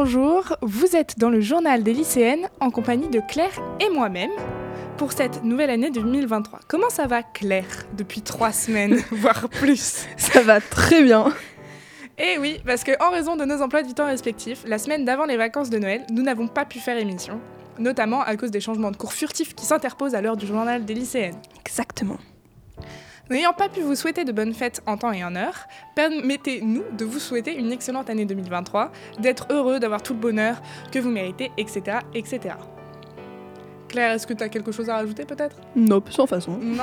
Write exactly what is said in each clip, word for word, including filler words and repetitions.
bonjour, vous êtes dans le journal des lycéennes en compagnie de Claire et moi-même pour cette nouvelle année deux mille vingt-trois. Comment ça va Claire depuis trois semaines, voire plus? Ça va très bien. Et oui, parce qu'en raison de nos emplois du temps respectifs, la semaine d'avant les vacances de Noël, nous n'avons pas pu faire émission, notamment à cause des changements de cours furtifs qui s'interposent à l'heure du journal des lycéennes. Exactement. N'ayant pas pu vous souhaiter de bonnes fêtes en temps et en heure, permettez-nous de vous souhaiter une excellente année deux mille vingt-trois, d'être heureux, d'avoir tout le bonheur que vous méritez, et cetera, et cetera. Claire, est-ce que tu as quelque chose à rajouter peut-être ? Nope, sans façon. Non ?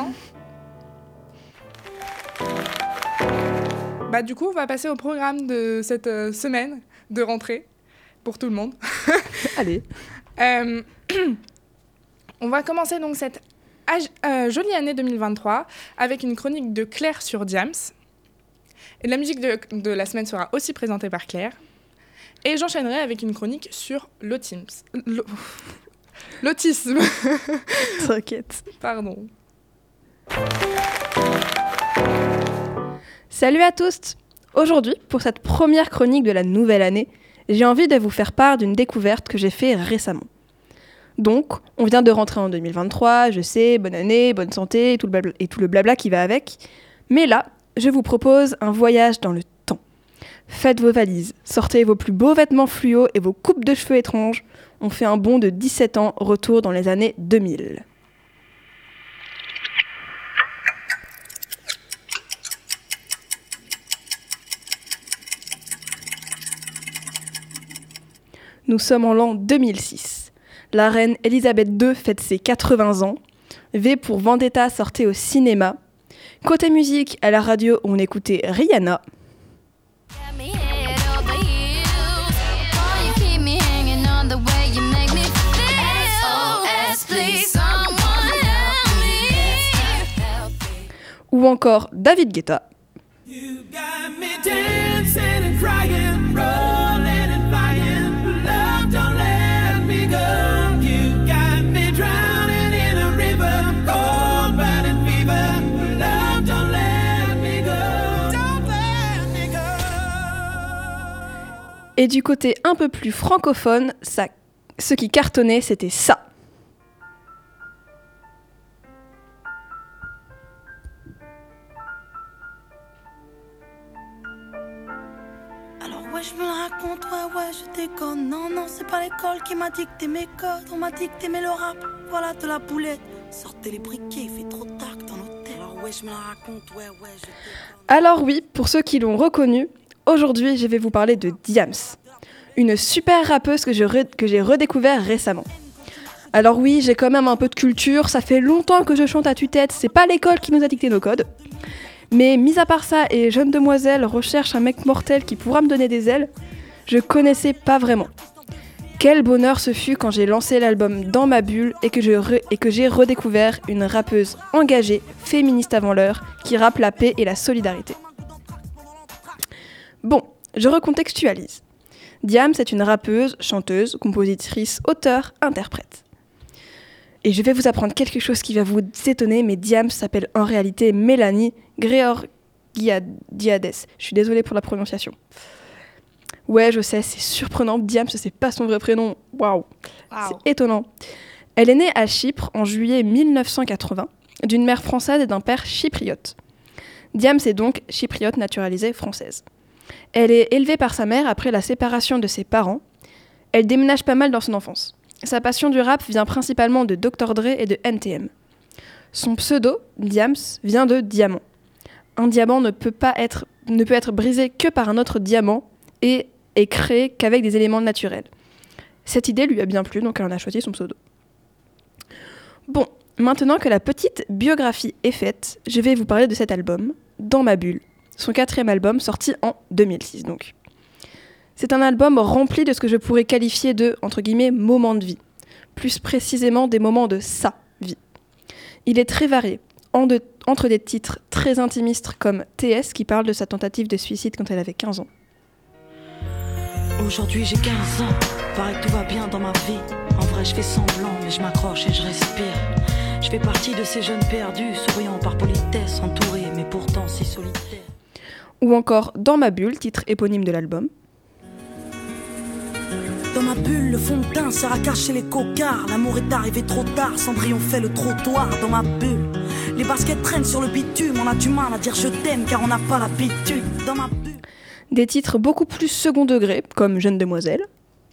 Bah du coup, on va passer au programme de cette euh, semaine de rentrée, pour tout le monde. Allez. Euh, on va commencer donc cette Euh, jolie année deux mille vingt-trois avec une chronique de Claire sur Diams. Et la musique de, de la semaine sera aussi présentée par Claire. Et j'enchaînerai avec une chronique sur l'autisme. L'autisme. T'inquiète. Pardon. Salut à tous. Aujourd'hui, pour cette première chronique de la nouvelle année, j'ai envie de vous faire part d'une découverte que j'ai faite récemment. Donc, on vient de rentrer en deux mille vingt-trois, je sais, bonne année, bonne santé, et tout, le blabla, et tout le blabla qui va avec. Mais là, je vous propose un voyage dans le temps. Faites vos valises, sortez vos plus beaux vêtements fluo et vos coupes de cheveux étranges. On fait un bond de dix-sept ans, retour dans les années deux mille. Nous sommes en l'an deux mille six. La reine Elisabeth deux fête ses quatre-vingts ans. V pour Vendetta sortait au cinéma. Côté musique, à la radio, on écoutait Rihanna. Ou encore David Guetta. Et du côté un peu plus francophone, ça, ce qui cartonnait, c'était ça. Alors ouais, je me la raconte, ouais, ouais, je déconne. Non, non, c'est pas l'école qui m'a dicté mes codes. On m'a dit que t'aimais le rap, voilà de la boulette. Sortez les briquets, il fait trop tard dans l'hôtel. Alors ouais, je me la raconte, ouais, ouais, je déconne. Alors oui, pour ceux qui l'ont reconnu, aujourd'hui, je vais vous parler de Diams, une super rappeuse que, je re- que j'ai redécouvert récemment. Alors oui, j'ai quand même un peu de culture, ça fait longtemps que je chante à tue-tête, c'est pas l'école qui nous a dicté nos codes. Mais mis à part ça et Jeune Demoiselle recherche un mec mortel qui pourra me donner des ailes, je connaissais pas vraiment. Quel bonheur ce fut quand j'ai lancé l'album Dans ma bulle et que, je re- et que j'ai redécouvert une rappeuse engagée, féministe avant l'heure, qui rappe la paix et la solidarité. Bon, je recontextualise. Diams est une rappeuse, chanteuse, compositrice, auteure, interprète. Et je vais vous apprendre quelque chose qui va vous étonner, mais Diams s'appelle en réalité Mélanie Georgiades. Je suis désolée pour la prononciation. Ouais, je sais, c'est surprenant. Diams, c'est pas son vrai prénom. Waouh, c'est étonnant. Elle est née à Chypre en juillet mille neuf cent quatre-vingts, d'une mère française et d'un père chypriote. Diams est donc chypriote naturalisée française. Elle est élevée par sa mère après la séparation de ses parents. Elle déménage pas mal dans son enfance. Sa passion du rap vient principalement de docteur Dre et de N T M. Son pseudo, Diams, vient de diamant. Un diamant ne peut pas être, ne peut être brisé que par un autre diamant et est créé qu'avec des éléments naturels. Cette idée lui a bien plu, donc elle en a choisi son pseudo. Bon, maintenant que la petite biographie est faite, je vais vous parler de cet album, Dans ma bulle. Son quatrième album, sorti en deux mille six donc. C'est un album rempli de ce que je pourrais qualifier de, entre guillemets, moments de vie. Plus précisément des moments de sa vie. Il est très varié, en de, entre des titres très intimistes comme T S qui parle de sa tentative de suicide quand elle avait quinze ans. Aujourd'hui j'ai quinze ans, paraît que tout va bien dans ma vie. En vrai je fais semblant, mais je m'accroche et je respire. Je fais partie de ces jeunes perdus, souriant par politesse, entourés mais pourtant si solitaires. Ou encore Dans ma bulle, titre éponyme de l'album. Dans ma bulle, le fond de teint sert à cacher les cocards. L'amour est arrivé trop tard, Cendrillon fait le trottoir. Dans ma bulle, les baskets traînent sur le bitume. On a du mal à dire je t'aime car on n'a pas l'habitude. Dans ma bulle. Des titres beaucoup plus second degré, comme Jeune Demoiselle.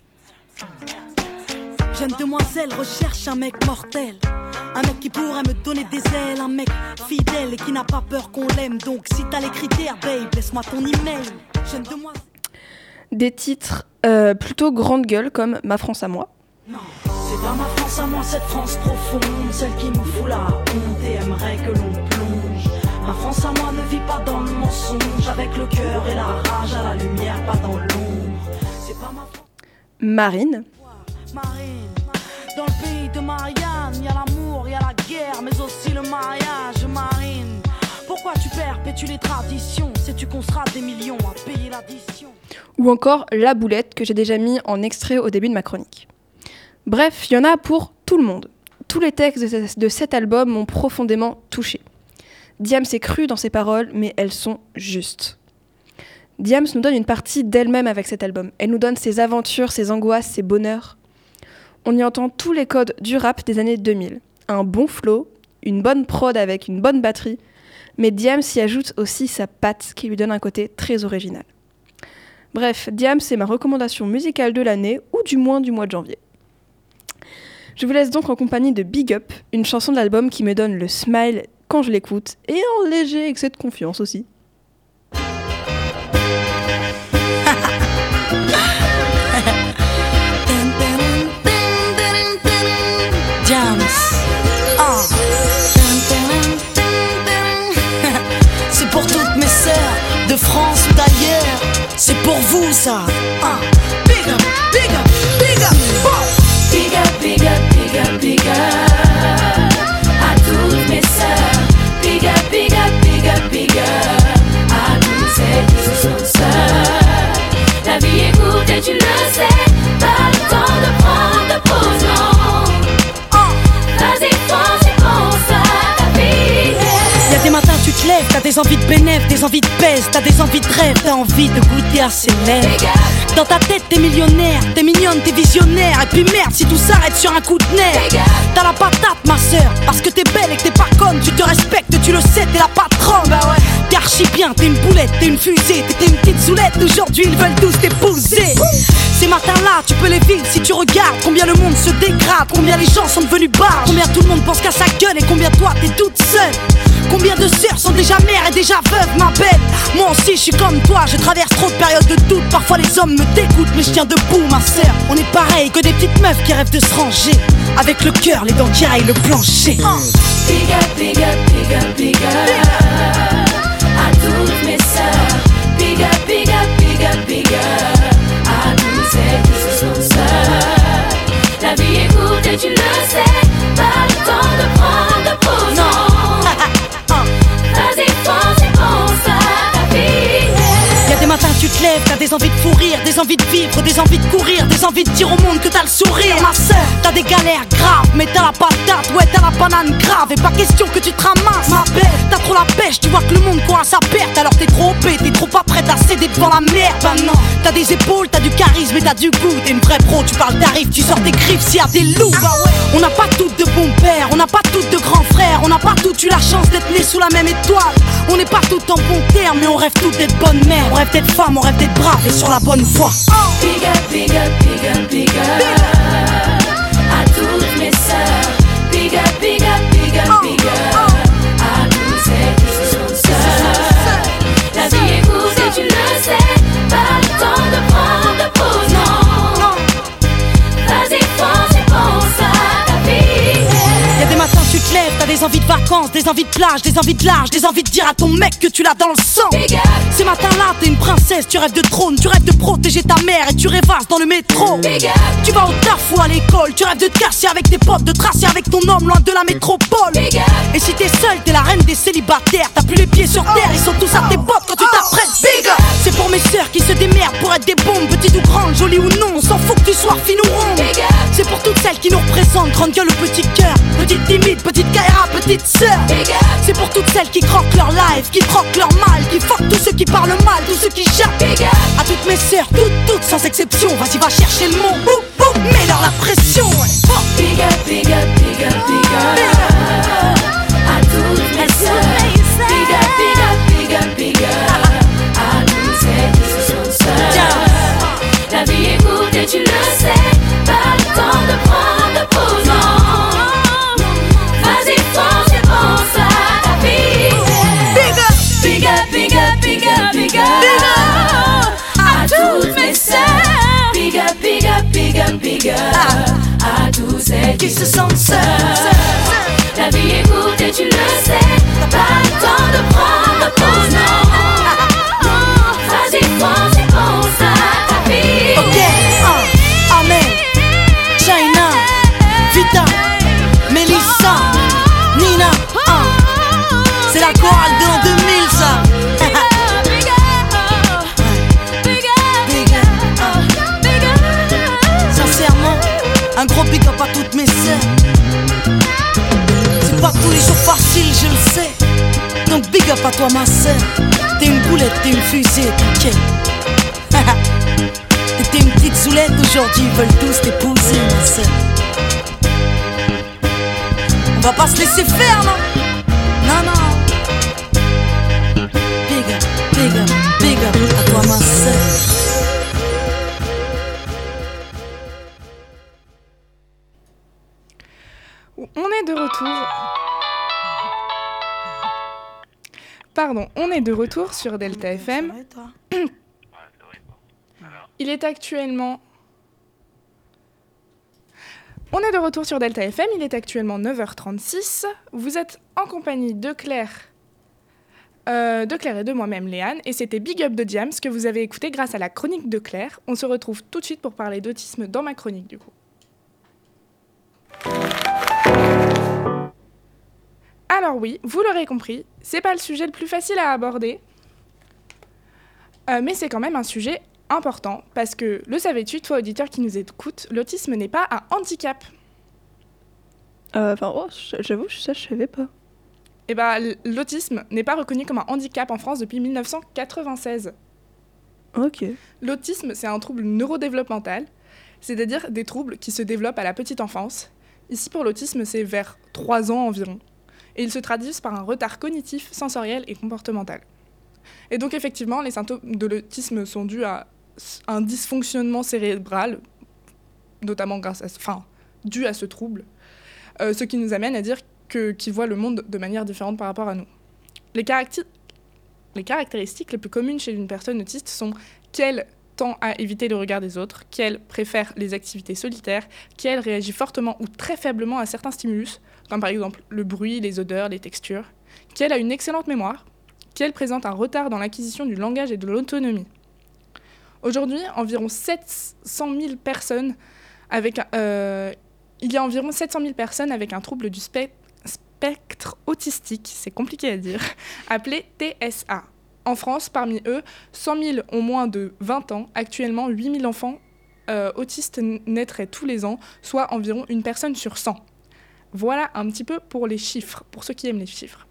Jeune demoiselle recherche un mec mortel. Un mec qui pourrait me donner des ailes. Un mec fidèle et qui n'a pas peur qu'on l'aime. Donc si t'as les critères, babe, laisse-moi ton email. Jeune demoiselle. Des titres euh, plutôt grande gueule, comme Ma France à moi. Non, c'est dans ma France à moi, cette France profonde. Celle qui me fout la honte et aimerait que l'on plonge. Ma France à moi ne vit pas dans le mensonge. Avec le cœur et la rage à la lumière, pas dans l'ombre. C'est pas ma France. Marine. Marine, dans le pays de Marianne, y'a l'amour, y'a la guerre, mais aussi le mariage. Marine, pourquoi tu perpétues les traditions? Sais-tu qu'on sera des millions à payer l'addition? Ou encore La Boulette, que j'ai déjà mis en extrait au début de ma chronique. Bref, il y en a pour tout le monde. Tous les textes de cet album m'ont profondément touchée. Diams est crue dans ses paroles, mais elles sont justes. Diams nous donne une partie d'elle-même avec cet album. Elle nous donne ses aventures, ses angoisses, ses bonheurs. On y entend tous les codes du rap des années deux mille. Un bon flow, une bonne prod avec une bonne batterie, mais Diams y ajoute aussi sa patte qui lui donne un côté très original. Bref, Diams, c'est ma recommandation musicale de l'année, ou du moins du mois de janvier. Je vous laisse donc en compagnie de Big Up, une chanson de l'album qui me donne le smile quand je l'écoute, et un léger excès de confiance aussi. Diams, oh. C'est pour toutes mes sœurs, de France ou d'ailleurs. C'est pour vous ça. Oh. Big up, big up, big up, oh. Big up, big up, big up, big up à toutes mes sœurs. Big up, big up, big up, big up à toutes celles qui se sont seules. La vie est courte et tu le sais, pas le temps de prendre de pause, non. Vas-y, fonce et pense à ta vie. Y'a des matins tu te lèves, t'as des envies de bénéf, des envies de pèse, t'as des envies de rêve, t'as envie de goûter à ses lèvres. Dans ta tête t'es millionnaire, t'es mignonne, t'es visionnaire. Et puis merde si tout s'arrête sur un coup de nerf. T'as la patate ma sœur, parce que t'es belle et que t'es pas conne. Tu te respectes, tu le sais, t'es la patronne. Bah ouais. T'es archi bien, t'es une boulette, t'es une fusée. T'étais une petite soulette, aujourd'hui ils veulent tous t'épouser. Ces matins-là, tu peux les vivre si tu regardes combien le monde se dégrade, combien les gens sont devenus barres, combien tout le monde pense qu'à sa gueule et combien toi t'es toute seule. Combien de sœurs sont déjà mères et déjà veuves, ma belle. Moi aussi je suis comme toi, je traverse trop de périodes de doute. Parfois les hommes me dégoûtent, mais je tiens debout, ma sœur. On est pareil que des petites meufs qui rêvent de se ranger, avec le cœur, les dents qui raillent le plancher. Big up, big up, big up, big up à toutes mes sœurs. Big up, big up, big up, big up à toutes celles qui se sont seules. La vie est courte et tu le sais, pas le temps de prendre de pause, non. Vas-y, fonce et pense à ta vie. Y'a des matins tu te lèves, t'as des envies de fou rire, des envies de vivre, des envies de courir, des envies de dire au monde que t'as le sourire. Ma sœur, t'as des galères graves, mais t'as la patate, ouais t'as la banane grave. Et pas question que tu te ramasses, ma belle. T'as trop la pêche, tu vois que le monde court à sa perte. Alors t'es trop opé, t'es trop pas prête à céder devant la merde. Bah non, t'as des épaules, t'as du charisme et t'as du goût. T'es une vraie pro, tu parles d'arrive, tu sors des griffes s'il y a des loups. Bah ouais. On n'a pas toutes de bons pères, on n'a pas toutes de grands frères, on n'a pas toutes eu la chance d'être nés sous la même étoile. On n'est pas toutes en bon terme, mais on rêve toutes d'être bonnes mères. On rêve d'être femmes, on rêve d'être braves et sur la bonne voie. Big up, big up, big up, big up à toutes mes sœurs. Big up, big up, big up, big up à toutes celles qui se sont seules. La vie est courte et tu le sais, pas le temps de prendre de pause, non. Vas-y, fonce et pense à ta vie. Y'a des matins tu te lèves, t'as des envies de vacances, des envies de plage, des envies de large, des envies de dire à ton mec que tu l'as dans le sang. Ces matins-là, t'es une princesse, tu rêves de trône, tu rêves de protéger ta mère et tu rêvasses dans le métro. Tu vas au taf ou à l'école, tu rêves de te casser avec tes potes, de tracer avec ton homme loin de la métropole. Et si t'es seule, t'es la reine des célibataires, t'as plus les pieds sur terre, ils sont tous à tes bottes quand tu t'apprêtes. Big up. C'est pour mes sœurs qui se démerdent pour être des bombes, petites ou grandes, jolies ou non, on s'en fout que tu sois fine ou ronde. C'est pour toutes celles qui nous représentent, grande gueule ou petit cœur, petite timide, petite Kaira, petite petite sœur. C'est pour toutes celles qui croquent leur life, qui croquent leur mal, qui fuck tous ceux qui parlent mal, tous ceux qui jappent. À toutes mes sœurs, toutes, toutes sans exception. Vas-y, va chercher le mot, boum, boum, mets-leur la pression. Oh. Big up, big up, big up, big up. À toutes mes sœurs. Big up, big up, big up, big up. À toutes celles qui se sont seules. La vie est courte et tu le sais. Pas le temps de prendre de pause, non. Vas-y, fonce et pense à ta vie. Big up, Big up, big up, big up, big up. À toutes mes sœurs. Big up, big up, big up, big up. À tous celles qui se sentent seuls. La vie est courte et tu le sais. Pas le temps de prendre de pause, non. Vas-y, fonce et pense à ta vie. Ok, uh, Amen, China, Vita, Melissa, Nina, uh. C'est la chorale de l'an deux mille, ça. Sincèrement, un gros big up à toutes mes sœurs. C'est pas tous les jours facile, je le sais. Donc big up à toi ma sœur. T'es une boulette, t'es une fusée, t'inquiète. T'es une petite soulette, aujourd'hui ils veulent tous t'épouser ma sœur. On va pas se laisser faire, non? Non, non. Big up, big up, big up à toi ma sœur. On est de retour. Pardon, on est de retour sur Delta F M. Il est actuellement... On est de retour sur Delta F M, il est actuellement neuf heures trente-six. Vous êtes en compagnie de Claire, euh, de Claire et de moi-même, Léane. Et c'était Big Up de Diams que vous avez écouté grâce à la chronique de Claire. On se retrouve tout de suite pour parler d'autisme dans ma chronique, du coup. Alors oui, vous l'aurez compris, c'est pas le sujet le plus facile à aborder, euh, mais c'est quand même un sujet important, parce que, le savais-tu, toi auditeur qui nous écoute, l'autisme n'est pas un handicap. Euh, Enfin, oh, j'avoue, ça je savais pas. Eh ben, l'autisme n'est pas reconnu comme un handicap en France depuis mille neuf cent quatre-vingt-seize. Ok. L'autisme, c'est un trouble neurodéveloppemental, c'est-à-dire des troubles qui se développent à la petite enfance. Ici, pour l'autisme, c'est vers trois ans environ. Et ils se traduisent par un retard cognitif, sensoriel et comportemental. Et donc, effectivement, les symptômes de l'autisme sont dus à un dysfonctionnement cérébral, notamment grâce à, enfin, dû à ce trouble, euh, ce qui nous amène à dire que, qu'ils voient le monde de manière différente par rapport à nous. Les, caracti- les caractéristiques les plus communes chez une personne autiste sont qu'elle tend à éviter le regard des autres, qu'elle préfère les activités solitaires, qu'elle réagit fortement ou très faiblement à certains stimulus, comme par exemple le bruit, les odeurs, les textures, qu'elle a une excellente mémoire, qu'elle présente un retard dans l'acquisition du langage et de l'autonomie. Aujourd'hui, environ sept cent mille personnes avec, euh, il y a environ sept cent mille personnes avec un trouble du spe- spectre autistique, c'est compliqué à dire, appelé T S A. En France, parmi eux, cent mille ont moins de vingt ans. Actuellement, huit mille enfants euh, autistes naîtraient tous les ans, soit environ une personne sur cent. Voilà un petit peu pour les chiffres, pour ceux qui aiment les chiffres.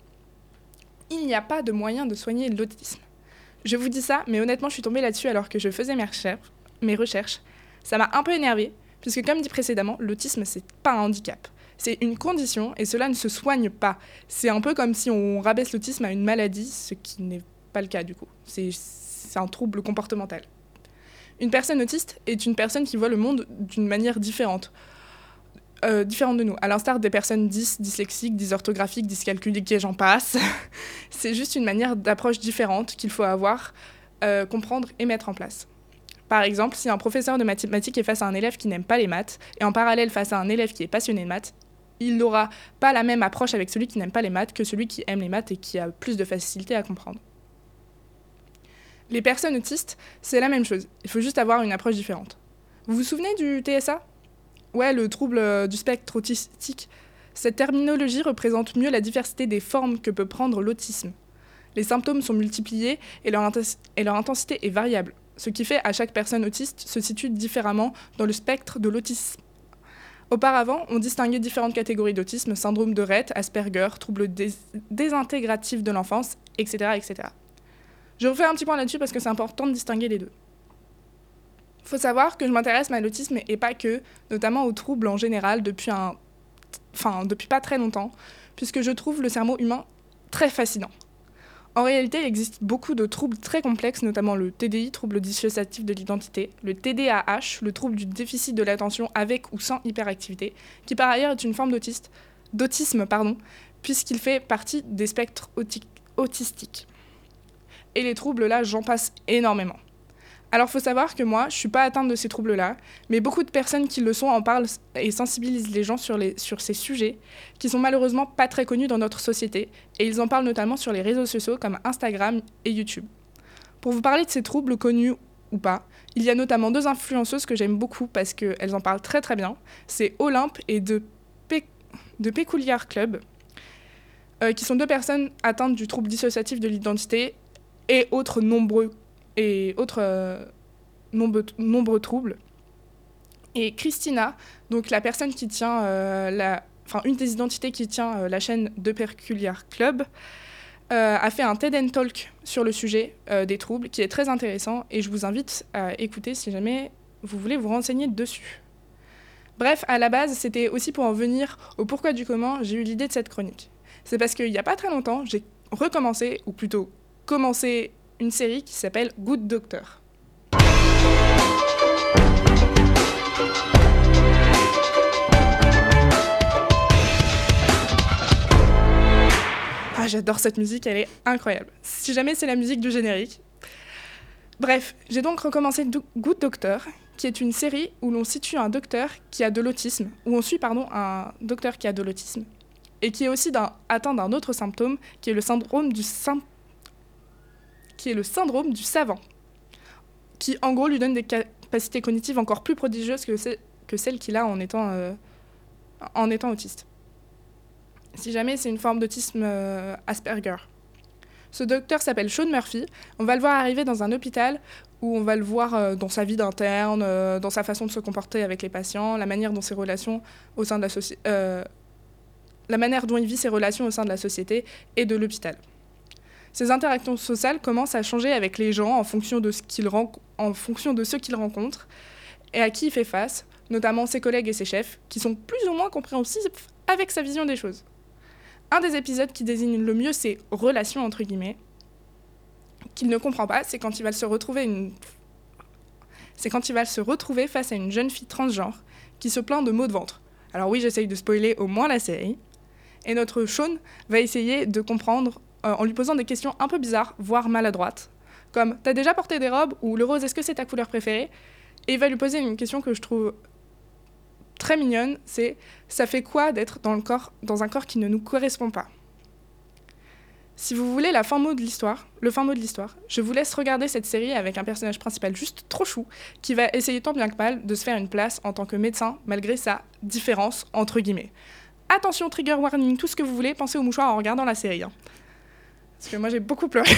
Il n'y a pas de moyen de soigner l'autisme. Je vous dis ça, mais honnêtement, je suis tombée là-dessus alors que je faisais mes recherches. Mes recherches. Ça m'a un peu énervée, puisque comme dit précédemment, l'autisme, c'est pas un handicap. C'est une condition et cela ne se soigne pas. C'est un peu comme si on rabaisse l'autisme à une maladie, ce qui n'est pas le cas du coup. C'est, c'est un trouble comportemental. Une personne autiste est une personne qui voit le monde d'une manière différente. Euh, différente de nous, à l'instar des personnes dys, dyslexiques, dysorthographiques, dyscalculiques et j'en passe. C'est juste une manière d'approche différente qu'il faut avoir, euh, comprendre et mettre en place. Par exemple, si un professeur de mathématiques est face à un élève qui n'aime pas les maths, et en parallèle face à un élève qui est passionné de maths, il n'aura pas la même approche avec celui qui n'aime pas les maths que celui qui aime les maths et qui a plus de facilité à comprendre. Les personnes autistes, c'est la même chose, il faut juste avoir une approche différente. Vous vous souvenez du T S A ? Ouais, le trouble euh, du spectre autistique. Cette terminologie représente mieux la diversité des formes que peut prendre l'autisme. Les symptômes sont multipliés et leur, int- et leur intensité est variable, ce qui fait à chaque personne autiste se situe différemment dans le spectre de l'autisme. Auparavant, on distinguait différentes catégories d'autisme, syndrome de Rett, Asperger, troubles dés- désintégratifs de l'enfance, et cetera, et cetera. Je refais un petit point là-dessus parce que c'est important de distinguer les deux. Il faut savoir que je m'intéresse à l'autisme et pas que, notamment aux troubles en général, depuis, un... enfin, depuis pas très longtemps, puisque je trouve le cerveau humain très fascinant. En réalité, il existe beaucoup de troubles très complexes, notamment le T D I, trouble dissociatif de l'identité, le T D A H, le trouble du déficit de l'attention avec ou sans hyperactivité, qui par ailleurs est une forme d'autiste, d'autisme, pardon, puisqu'il fait partie des spectres auti- autistiques. Et les troubles là, j'en passe énormément. Alors, il faut savoir que moi, je ne suis pas atteinte de ces troubles-là, mais beaucoup de personnes qui le sont en parlent et sensibilisent les gens sur, les, sur ces sujets qui sont malheureusement pas très connus dans notre société, et ils en parlent notamment sur les réseaux sociaux comme Instagram et YouTube. Pour vous parler de ces troubles connus ou pas, il y a notamment deux influenceuses que j'aime beaucoup parce qu'elles en parlent très très bien, c'est Olympe et de, Pe- de Peculiar Club, euh, qui sont deux personnes atteintes du trouble dissociatif de l'identité et autres nombreux et autres euh, nombreux, nombreux troubles. Et Christina, donc la personne qui tient, euh, la, enfin une des identités qui tient euh, la chaîne de Peculiar Club, euh, a fait un TED Talk sur le sujet euh, des troubles, qui est très intéressant, et je vous invite à écouter si jamais vous voulez vous renseigner dessus. Bref, à la base, c'était aussi pour en venir au pourquoi du comment j'ai eu l'idée de cette chronique. C'est parce qu'il n'y a pas très longtemps, j'ai recommencé, ou plutôt commencé, une série qui s'appelle Good Doctor. Ah, j'adore cette musique, elle est incroyable. Si jamais c'est la musique du générique. Bref, j'ai donc recommencé Do- Good Doctor, qui est une série où l'on situe un docteur qui a de l'autisme, où on suit pardon, un docteur qui a de l'autisme, et qui est aussi d'un, atteint d'un autre symptôme, qui est le syndrome du symptôme qui est le syndrome du savant, qui en gros lui donne des capacités cognitives encore plus prodigieuses que, ce- que celles qu'il a en étant, euh, en étant autiste. Si jamais c'est une forme d'autisme euh, Asperger. Ce docteur s'appelle Sean Murphy, on va le voir arriver dans un hôpital où on va le voir euh, dans sa vie d'interne, euh, dans sa façon de se comporter avec les patients, la manière dont ses relations au sein de la société, euh, la manière dont il vit ses relations au sein de la société et de l'hôpital. Ses interactions sociales commencent à changer avec les gens en fonction de ce qu'il ren- en fonction de ceux qu'il rencontre et à qui il fait face, notamment ses collègues et ses chefs, qui sont plus ou moins compréhensifs avec sa vision des choses. Un des épisodes qui désigne le mieux ces « relations » entre guillemets, qu'il ne comprend pas, c'est quand il va se retrouver une... c'est quand il va se retrouver face à une jeune fille transgenre qui se plaint de maux de ventre. Alors oui, j'essaye de spoiler au moins la série. Et notre Sean va essayer de comprendre euh, en lui posant des questions un peu bizarres, voire maladroites, comme « T'as déjà porté des robes ?» ou « Le rose, est-ce que c'est ta couleur préférée ?» Et il va lui poser une question que je trouve très mignonne, c'est « Ça fait quoi d'être dans, le corps, dans un corps qui ne nous correspond pas ?» Si vous voulez la fin mot de l'histoire, le fin mot de l'histoire, je vous laisse regarder cette série avec un personnage principal juste trop chou, qui va essayer tant bien que mal de se faire une place en tant que médecin, malgré sa différence, entre guillemets. Attention, trigger warning, tout ce que vous voulez, pensez au mouchoir en regardant la série. Hein. Parce que moi, j'ai beaucoup pleuré.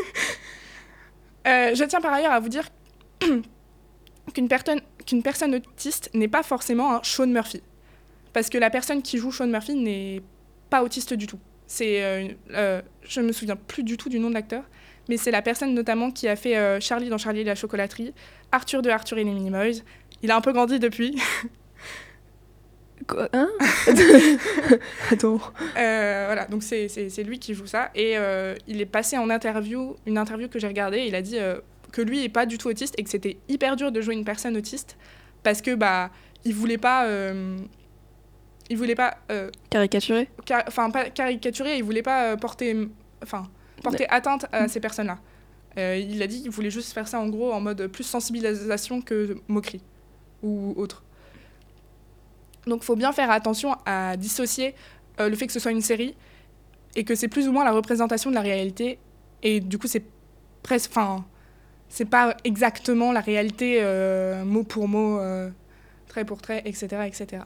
euh, je tiens par ailleurs à vous dire qu'une, personne, qu'une personne autiste n'est pas forcément un Sean Murphy. Parce que la personne qui joue Sean Murphy n'est pas autiste du tout. C'est, euh, euh, je ne me souviens plus du tout du nom de l'acteur, mais c'est la personne notamment qui a fait euh, Charlie dans Charlie et la chocolaterie, Arthur de Arthur et les Minimoys. Il a un peu grandi depuis. Quoi, hein Attends. Euh, voilà, donc c'est, c'est, c'est lui qui joue ça. Et euh, il est passé en interview, une interview que j'ai regardée, il a dit euh, que lui n'est pas du tout autiste et que c'était hyper dur de jouer une personne autiste parce que bah il voulait pas, euh, il voulait pas euh, Caricaturé. car, enfin pas caricaturer, il voulait pas euh, porter, enfin porter atteinte à ces personnes-là. Euh, il a dit qu'il voulait juste faire ça en gros en mode plus sensibilisation que moquerie ou autre. Donc il faut bien faire attention à dissocier euh, le fait que ce soit une série et que c'est plus ou moins la représentation de la réalité. Et du coup, c'est presque, enfin, c'est pas exactement la réalité euh, mot pour mot, euh, trait pour trait, et cetera, et cetera.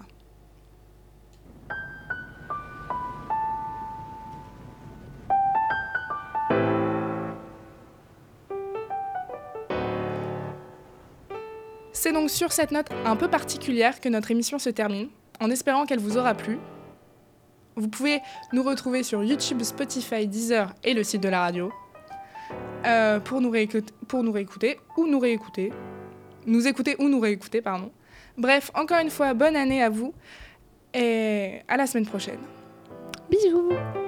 C'est donc sur cette note un peu particulière que notre émission se termine. en espérant qu'elle vous aura plu. Vous pouvez nous retrouver sur YouTube, Spotify, Deezer et le site de la radio euh, pour, nous réécouter, pour nous réécouter ou nous réécouter. Nous écouter ou nous réécouter, pardon. Bref, encore une fois, bonne année à vous et à la semaine prochaine. Bisous.